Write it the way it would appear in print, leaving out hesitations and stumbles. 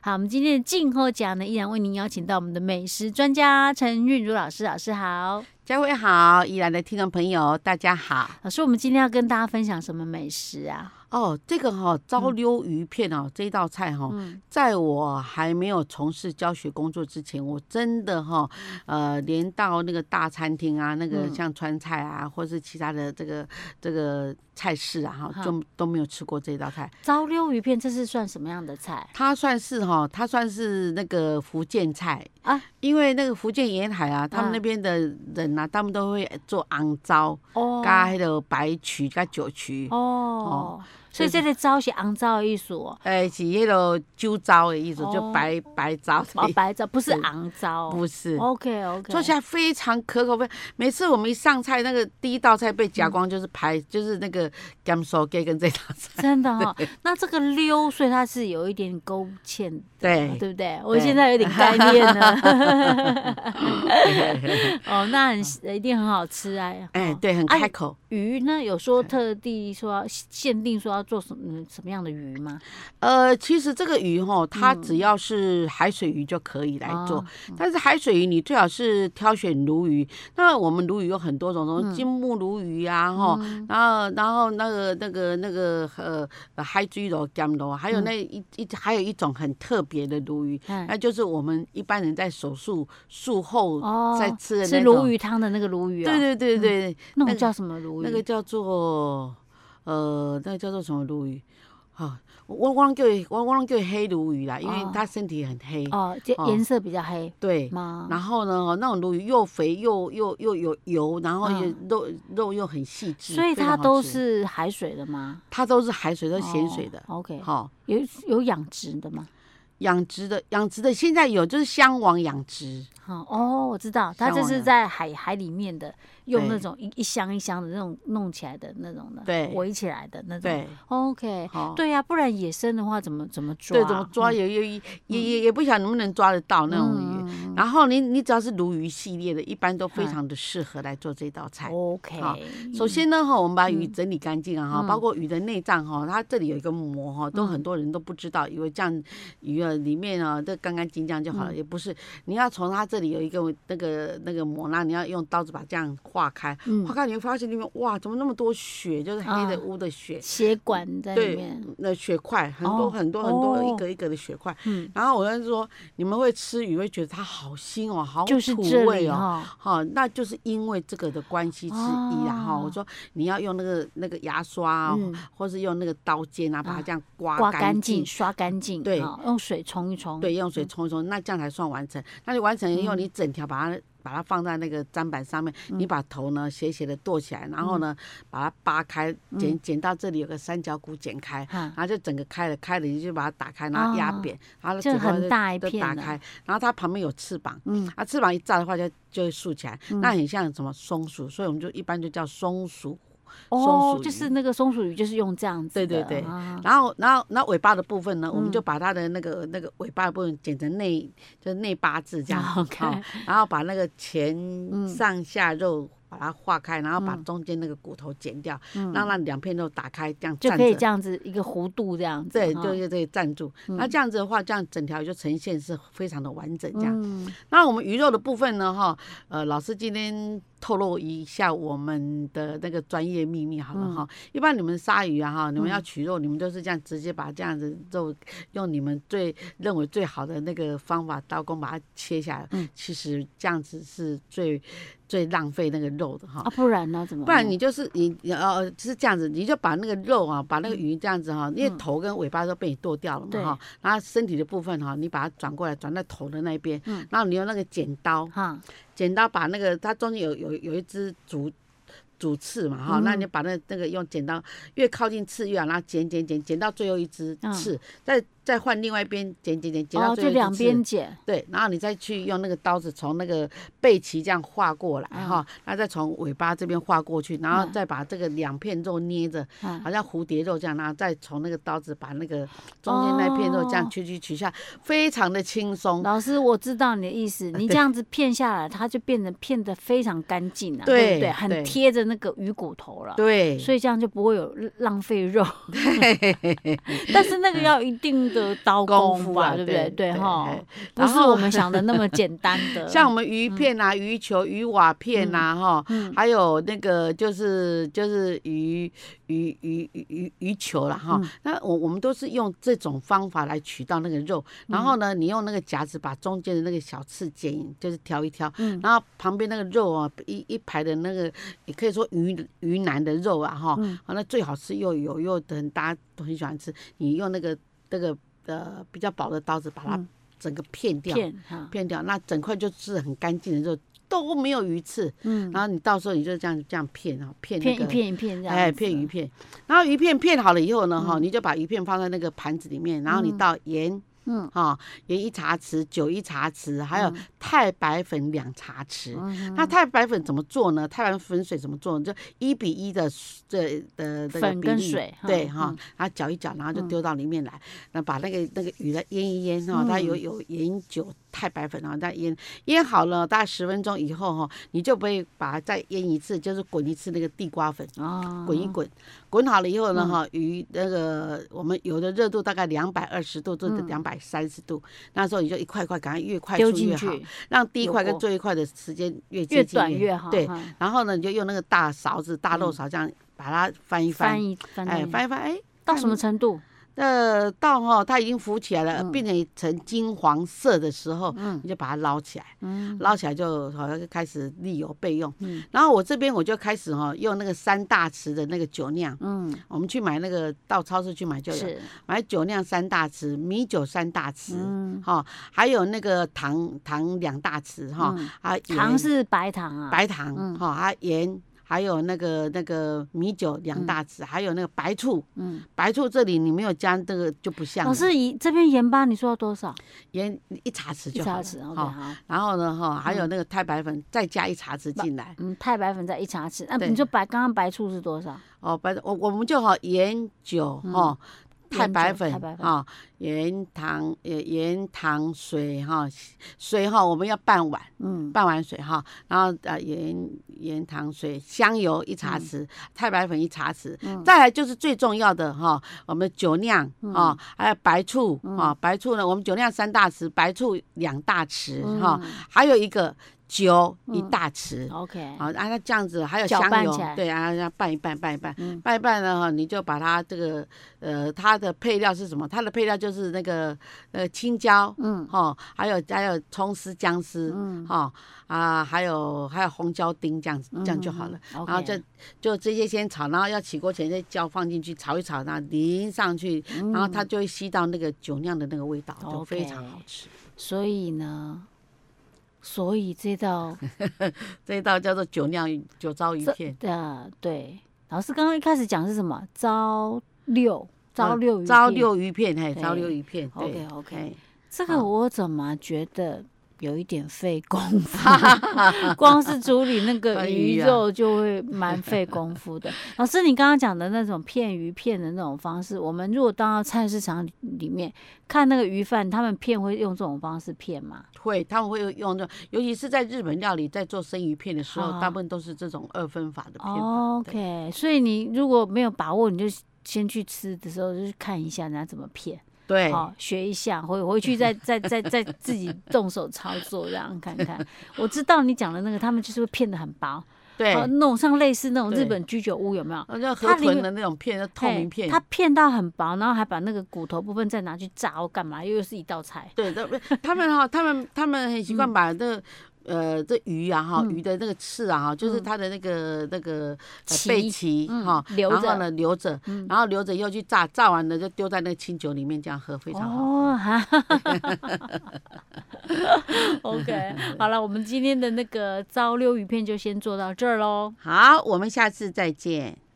好，我们今天的静候奖呢，依然为您邀请到我们的美食专家陈韵如老师，老师好。 佳慧好，宜兰的听众朋友大家好。 老师，我们今天要跟大家分享什么美食啊？ 这个糟溜鱼片这一道菜在我还没有从事教学工作之前，我真的连到那个大餐厅啊，那个像川菜啊，或是其他的这个菜式啊就都没有吃过这道菜。 糟溜鱼片这是算什么样的菜？ 它算是那个福建菜啊，因为那个福建沿海啊，他们那边的人啊，他们都会做红糟加那个白曲加酒曲所以这个糟是红糟的意思是那个酒糟的意思，就白糟的白糟不是红糟， 不是。 OK， 做起来非常可口。每次我们一上菜，那个第一道菜被夹光，就是那个甘酥鸡跟这道菜。 真的那这个溜，所以它是有一点勾芡的，对不对？我现在有点概念了。那一定很好吃啊！ 对，很开口。 鱼呢，有说特地说限定说要做什么样的鱼吗？ 其实这个鱼它只要是海水鱼就可以来做，但是海水鱼你最好是挑选鲈鱼。那我们鲈鱼有很多种，金目鲈鱼啊，然后那个海水螺、干螺，还有还有一种很特别的鲈鱼，那就是我们一般人在手术后在吃的那种吃鲈鱼汤的那个鲈鱼对， 那种叫什么鲈鱼？ 那个叫做什么鲈鱼？我忘叫黑鲈鱼啦，因为它身体很黑颜色比较黑。 对，然后呢，那种鲈鱼又肥又有油，然后肉又很细致， 所以它都是海水的吗？ 它都是海水，都是咸水的。 OK， 有养殖的吗？ 养殖的现在有，就是香网养殖。 我知道，它就是在海里面的，用那种一箱一箱的那种弄起来的那种的， 对， 围起来的那种。 对 ，OK， 对呀，不然野生的话怎么抓？ 对，怎么抓也不晓得能不能抓得到那种鱼。然后你只要是鲈鱼系列的，一般都非常的适合来做这道菜。 OK， 首先呢我们把鱼整理干净啊包括鱼的内脏它这里有一个膜都很多人都不知道，以为这样鱼里面都干干净净就好了，也不是。你要从它这里有一个那个膜，那你要用刀子把这样化开，化开你会发现里面哇，怎么那么多血，就是黑的污的血， 血管在里面， 对，那血块很多很多一个一个的血块。然后我就说，你们会吃鱼会觉得它好腥好土味那就是因为这个的关系之一啦我说你要用那个牙刷或是用那个刀尖把它这样刮干净、 刷干净， 对， 用水冲一冲， 对，用水冲一冲，那这样才算完成。那你完成以后，你整条把它放在那个砧板上面，你把头呢斜斜的剁起来，然后呢把它扒开，剪到这里有个三角骨剪开，然后就整个开了你就把它打开，然后压扁，然后就很大一片打开，然后它旁边有翅膀，翅膀一炸的话就会竖起来，那很像什么松鼠，所以我们就一般就叫松鼠。 就是那个松鼠鱼，就是用这样子的。 对，然后尾巴的部分呢，我们就把它的那个尾巴的部分剪成就是内八字这样，OK，然后把那个前上下肉把它化开，然后把中间那个骨头剪掉，让那两片肉打开，这样就可以这样子一个弧度这样子。 对，就这站住。那这样子的话，这样整条就呈现是非常的完整这样。那我们鱼肉的部分呢，老师今天透露一下我们的那个专业秘密好了一般你们杀鱼你们要取肉，你们都是这样直接把这样子肉用你们认为最好的那个方法刀工把它切下来。其实这样子是最浪费那个肉的不然呢？怎么？ 不然你就是是这样子，你就把那个肉把那个鱼这样子因为头跟尾巴都被你剁掉了嘛然后身体的部分你把它转过来，转在头的那边，然后你用那个剪刀把那个它中间有一只主刺嘛那你把那个用剪刀越靠近刺越好，然后剪到最后一只刺，再换另外一边剪到最后一只刺， 就两边剪。 对，然后你再去用那个刀子从那个背鳍这样划过来然后再从尾巴这边划过去，然后再把这个两片肉捏着，好像蝴蝶肉这样，然后再从那个刀子把那个中间那片肉这样取下，非常的轻松。 老师，我知道你的意思，你这样子片下来，它就片得非常干净对不对？很贴着那个鱼骨头了， 对， 所以这样就不会有浪费肉。但是那个要一定个刀工吧，对不对？对哈，不是我们想的那么简单的。 像我们鱼片啊、鱼球、鱼瓦片啊，哈，还有那个就是鱼球啦，哈。那我们都是用这种方法来取到那个肉，然后呢，你用那个夹子把中间的那个小刺就是挑一挑，然后旁边那个肉啊，一排的那个，也可以说鱼腩的肉啊，哈，那最好吃又有又很大家都很喜欢吃。你用那个比较薄的刀子把它整个片掉，那整块就是很干净的肉，都没有鱼刺。然后你到时候你就这样片啊，片那个一片一片这样， 哎，片鱼片。然后鱼片片好了以后呢，哈，你就把鱼片放在那个盘子里面，然后你倒盐。盐1茶匙，酒1茶匙，还有太白粉2茶匙。那太白粉怎么做呢？太白粉水怎么做呢？就1:1的粉跟水， 对哈，然后搅一搅，然后就丢到里面来，那把那个鱼再腌一腌哈，它有盐酒太白粉，然后再腌好了，大概10分钟以后哈，你就不会把它再腌一次，就是滚一次那个地瓜粉，滚一滚，滚好了以后呢哈，鱼那个我们油的热度大概220度至230度，那时候你就一块块赶快越快出越好，让第一块跟最后一块的时间越接近越短越好。 对，然后呢你就用那个大勺子、大漏勺这样把它翻一翻，哎， 到什么程度？ 到它已经浮起来了，变成金黄色的时候，你就把它捞起来，捞起来就好像开始沥油备用。然后我这边我就开始用那个3大匙的那个酒酿，我们去买那个到超市去买就有，买酒酿3大匙，米酒3大匙，还有那个糖2大匙， 糖是白糖啊， 白糖，还有盐。还有那个米酒2大匙，还有那个白醋，白醋这里你没有加这个就不像。 老师，这边盐巴你说要多少？ 盐1茶匙就好了。1茶匙， 好。 然后呢，还有那个太白粉再加1茶匙进来。 太白粉再1茶匙。那你就刚刚白醋是多少？ 我们就盐酒太白粉盐糖水水我们要半碗，半碗水然后盐糖水香油1茶匙，太白粉1茶匙，再来就是最重要的我们酒酿还有白醋白醋呢，我们酒酿3大匙，白醋2大匙还有一个酒1大匙 ，OK， 好，那这样子还有香油，对啊，要拌一拌呢你就把它这个它的配料是什么？它的配料就是那个青椒，还有葱丝、姜丝，还有红椒丁这样子，这样就好了。然后就这些先炒，然后要起锅前再椒放进去炒一炒，然后淋上去，然后它就会吸到那个酒酿的那个味道，就非常好吃。 所以这道叫做酒糟鱼片。 对，老师刚刚一开始讲是什么？糟溜鱼片。OK， 这个我怎么觉得有一点费功夫？光是处理那个鱼肉就会蛮费功夫的。老师，你刚刚讲的那种片鱼片的那种方式，我们如果到菜市场里面看那个鱼贩，他们片会用这种方式片吗？ 会，他们会用尤其是在日本料理，在做生鱼片的时候，大部分都是这种2分法的片法。 OK， 所以你如果没有把握，你就先去吃的时候就去看一下人家怎么片。 对， 学一下，回去再自己动手操作，这样看看。我知道你讲的那个，他们就是会片得很薄， 对， 那种像类似那种日本居酒屋有没有？ 叫河豚的那种片，透明片， 它片到很薄，然后还把那个骨头部分再拿去炸或干嘛，又是一道菜。 对，他们很习惯把这鱼啊鱼的那个刺啊就是它的那个背鳍然后呢留着，然后留着又去炸完了就丢在那个清酒里面这样喝，非常好喝。 OK， 好了，我们今天的那个糟溜鱼片就先做到这儿咯。 好，我们下次再见。